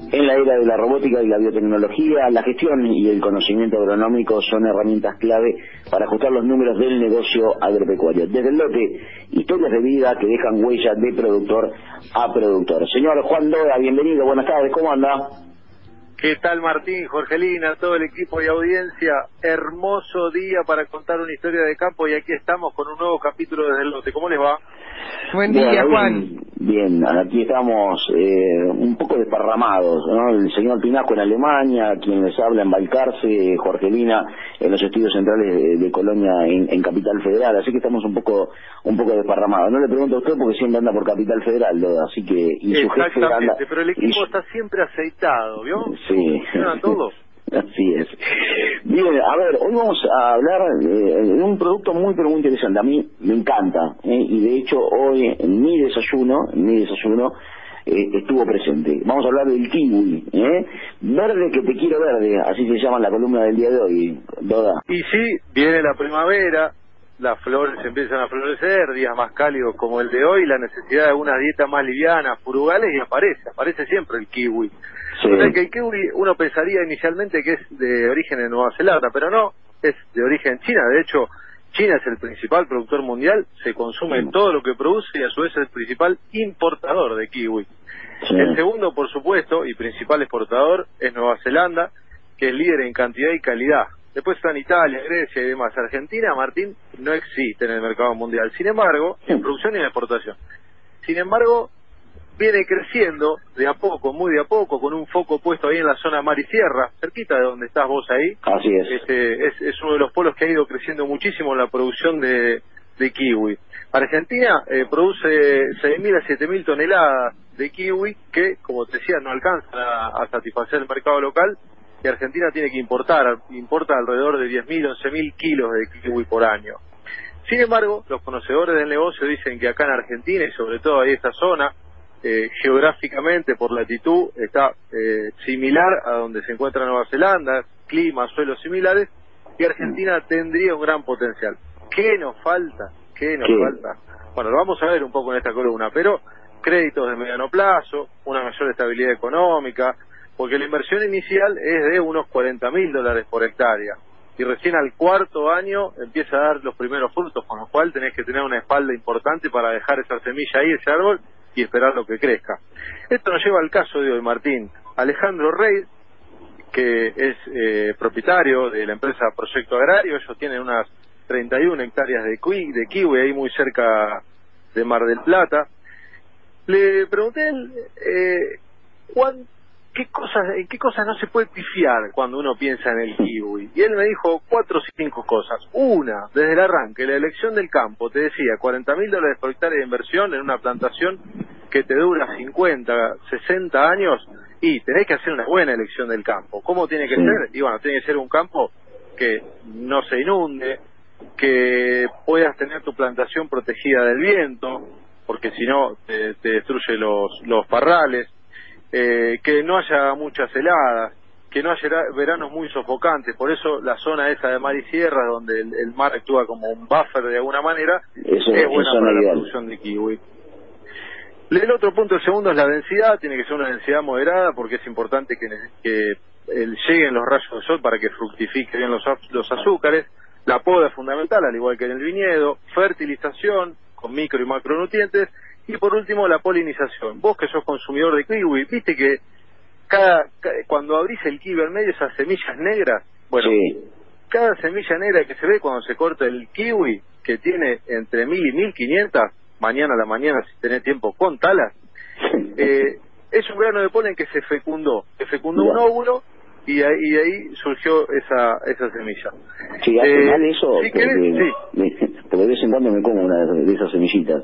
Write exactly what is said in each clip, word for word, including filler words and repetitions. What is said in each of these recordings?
En la era de la robótica y la biotecnología, la gestión y el conocimiento agronómico son herramientas clave para ajustar los números del negocio agropecuario. Desde el lote, historias de vida que dejan huella de productor a productor. Señor Juan Doda, bienvenido, buenas tardes, ¿cómo anda? ¿Qué tal, Martín, Jorgelina, todo el equipo y audiencia? Hermoso día para contar una historia de campo y aquí estamos con un nuevo capítulo desde el lote. ¿Cómo les va? Buen día, bueno, Juan. Bien, bien, aquí estamos eh, un poco desparramados, ¿no? El señor Pinasco en Alemania, quien les habla en Balcarce, Jorgelina en los estudios centrales de, de Colonia en, en Capital Federal, así que estamos un poco un poco desparramados. No le pregunto a usted porque siempre anda por Capital Federal, Doda, así que... Y su jefe Exactamente, anda, pero el equipo y, está siempre aceitado, ¿vio? Sí. ¿Funcionan todos? Así es. Bien, a ver, hoy vamos a hablar eh, de un producto muy pero muy interesante. A mí me encanta, eh, y de hecho hoy en mi desayuno, en mi desayuno eh, estuvo presente. Vamos a hablar del kiwi, ¿eh? Verde que te quiero verde, así se llama la columna del día de hoy, Doda. Y sí, viene la primavera, las flores empiezan a florecer, días más cálidos como el de hoy, la necesidad de una dieta más liviana, frugales, y aparece, aparece siempre el kiwi. Sí. O sea que el kiwi uno pensaría inicialmente que es de origen de Nueva Zelanda, pero no, es de origen china. De hecho, China es el principal productor mundial, se consume Mm. todo lo que produce y a su vez es el principal importador de kiwi. Sí. El segundo, por supuesto, y principal exportador es Nueva Zelanda, que es líder en cantidad y calidad. Después están Italia, Grecia y demás. Argentina, Martín, no existe en el mercado mundial. Sin embargo, en producción y en exportación. Sin embargo, viene creciendo de a poco, muy de a poco, con un foco puesto ahí en la zona mar y sierra, cerquita de donde estás vos ahí. Así es. Este, es, es uno de los polos que ha ido creciendo muchísimo en la producción de, de kiwi. Argentina eh, produce seis mil a siete mil toneladas de kiwi que, como te decía, no alcanzan a, a satisfacer el mercado local, y Argentina tiene que importar, importa alrededor de diez mil, once mil kilos de kiwi por año. Sin embargo, los conocedores del negocio dicen que acá en Argentina, y sobre todo ahí esta zona, eh, geográficamente, por latitud, está eh, similar a donde se encuentra Nueva Zelanda, clima, suelos similares, y Argentina tendría un gran potencial. ¿Qué nos falta? ¿Qué nos ¿Qué? falta? Bueno, lo vamos a ver un poco en esta columna, pero créditos de mediano plazo, una mayor estabilidad económica, porque la inversión inicial es de unos cuarenta mil dólares por hectárea, y recién al cuarto año empieza a dar los primeros frutos, con lo cual tenés que tener una espalda importante para dejar esa semilla ahí, ese árbol, y esperar lo que crezca. Esto nos lleva al caso de hoy, Martín. Alejandro Rey, que es eh, propietario de la empresa Proyecto Agrario, ellos tienen unas treinta y una hectáreas de, kiwi, de kiwi ahí muy cerca de Mar del Plata. Le pregunté a él, eh, ¿cuán, qué cosas, en qué cosas no se puede pifiar cuando uno piensa en el kiwi? Y él me dijo cuatro o cinco cosas. Una, desde el arranque, la elección del campo, te decía, cuarenta mil dólares por hectárea de inversión en una plantación que te dura cincuenta, sesenta años, y tenés que hacer una buena elección del campo. ¿Cómo tiene que Sí. ser? Y bueno, tiene que ser un campo que no se inunde, que puedas tener tu plantación protegida del viento, porque si no te, te destruye los, los parrales, eh, que no haya muchas heladas, que no haya veranos muy sofocantes. Por eso la zona esa de mar y sierra, donde el, el mar actúa como un buffer de alguna manera, Eso es buena es para la ideal. producción de kiwi. El otro punto, el segundo, es la densidad. Tiene que ser una densidad moderada, porque es importante que, que el, lleguen los rayos de sol para que fructifique bien los, los azúcares. La poda es fundamental, al igual que en el viñedo. Fertilización con micro y macronutrientes. Y por último, la polinización. Vos que sos consumidor de kiwi, viste que cada, cada cuando abrís el kiwi al medio, esas semillas negras, bueno, Sí. cada semilla negra que se ve cuando se corta el kiwi, que tiene entre mil y mil quinientas, mañana a la mañana si tenés tiempo con talas, eh, es un grano de polen que se fecundó, se fecundó Mira. un óvulo, y ahí, y ahí surgió esa esa semilla. Sí, hace Eh, mal eso, si porque, querés, sí. me- porque de vez en cuando me como una de esas semillitas.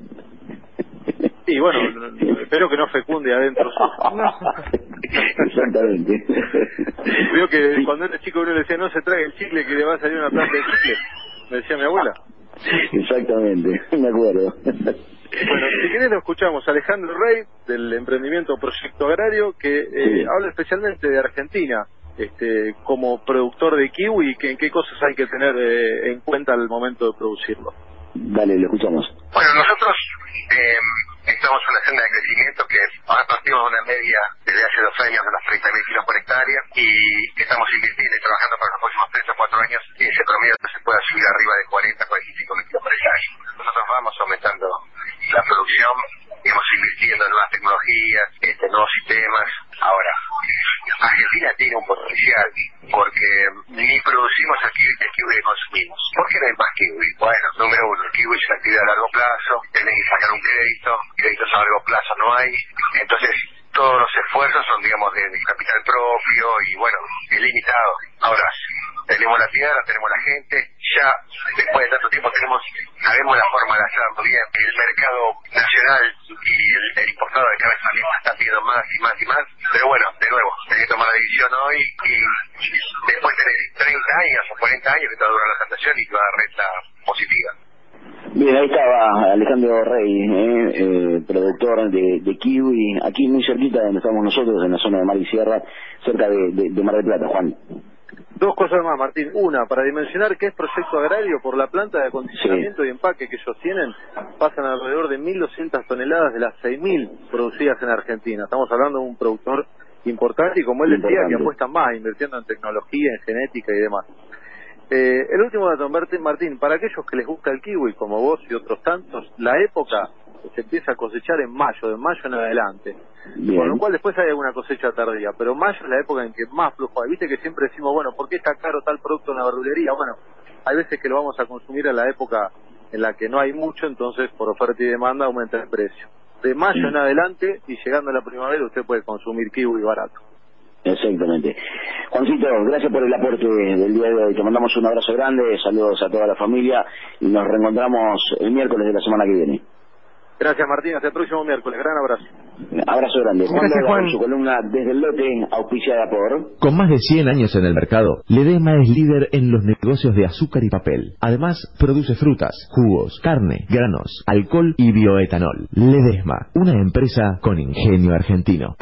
Y bueno, no- no- espero que no fecunde adentro suyo. No. Exactamente. Veo que Sí. cuando era chico uno le decía, no se trague el chicle que le va a salir una planta de chicle, me decía mi abuela. Exactamente, me acuerdo. Bueno, si querés lo escuchamos. Alejandro Rey, del emprendimiento Proyecto Agrario, que eh, Sí. habla especialmente de Argentina, este, como productor de kiwi, y que en qué cosas hay que tener eh, en cuenta al momento de producirlo. Dale, lo escuchamos. Bueno, nosotros eh, estamos en una senda de crecimiento que ahora partimos de una media desde hace dos años de unos treinta mil kilos por hectárea y estamos invirtiendo y trabajando para los próximos tres o cuatro años y ese promedio se pueda subir arriba de cuarenta, cuarenta y cinco mil kilos por hectárea. Nosotros vamos aumentando la producción, digamos, invirtiendo en nuevas tecnologías, este, nuevos sistemas. Ahora, Argentina tiene un potencial porque ni producimos el kiwi, el kiwi que consumimos. ¿Por qué no hay más kiwi? Bueno, número uno, el kiwi es una actividad a largo plazo, tenés que sacar un crédito, créditos a largo plazo no hay, entonces todos los esfuerzos son, digamos, de, de capital propio y bueno, es limitado. Ahora, tenemos la tierra, tenemos la gente, ya después de tanto tiempo tenemos, sabemos la forma de hacerlo bien. El mercado nacional y el, el importado de cabeza también está pidiendo más y más y más, pero bueno, de nuevo, tenés que tomar la decisión hoy y después tenés treinta años o cuarenta años que te va a durar la plantación y te va a dar renta positiva. Bien, ahí estaba Alejandro Rey, eh, eh, productor de, de kiwi, aquí muy cerquita de donde estamos nosotros, en la zona de Mar y Sierra, cerca de, de, de Mar del Plata, Juan. Dos cosas más, Martín. Una, para dimensionar qué es proyecto agrario, por la planta de acondicionamiento sí. y empaque que ellos tienen, pasan alrededor de mil doscientas toneladas de las seis mil producidas en Argentina. Estamos hablando de un productor importante y, como él decía, importante. que apuesta más, invirtiendo en tecnología, en genética y demás. Eh, el último dato, Martín, para aquellos que les gusta el kiwi, como vos y otros tantos, la época se empieza a cosechar en mayo, de mayo en adelante. Bien. Con lo cual después hay alguna cosecha tardía, pero mayo es la época en que más flujo hay. Viste que siempre decimos, bueno, ¿por qué está caro tal producto en la verdulería? Bueno, hay veces que lo vamos a consumir en la época en la que no hay mucho, entonces por oferta y demanda aumenta el precio. De mayo sí. en adelante y llegando a la primavera usted puede consumir kiwi barato. Exactamente. Juancito, gracias por el aporte del día de hoy. Te mandamos un abrazo grande, saludos a toda la familia y nos reencontramos el miércoles de la semana que viene. Gracias, Martín, hasta el próximo miércoles. Gran abrazo. Abrazo grande. Gracias, Juan. Juan. Su columna Desde el Lote, auspiciada por... Con más de cien años en el mercado, Ledesma es líder en los negocios de azúcar y papel. Además, produce frutas, jugos, carne, granos, alcohol y bioetanol. Ledesma, una empresa con ingenio argentino.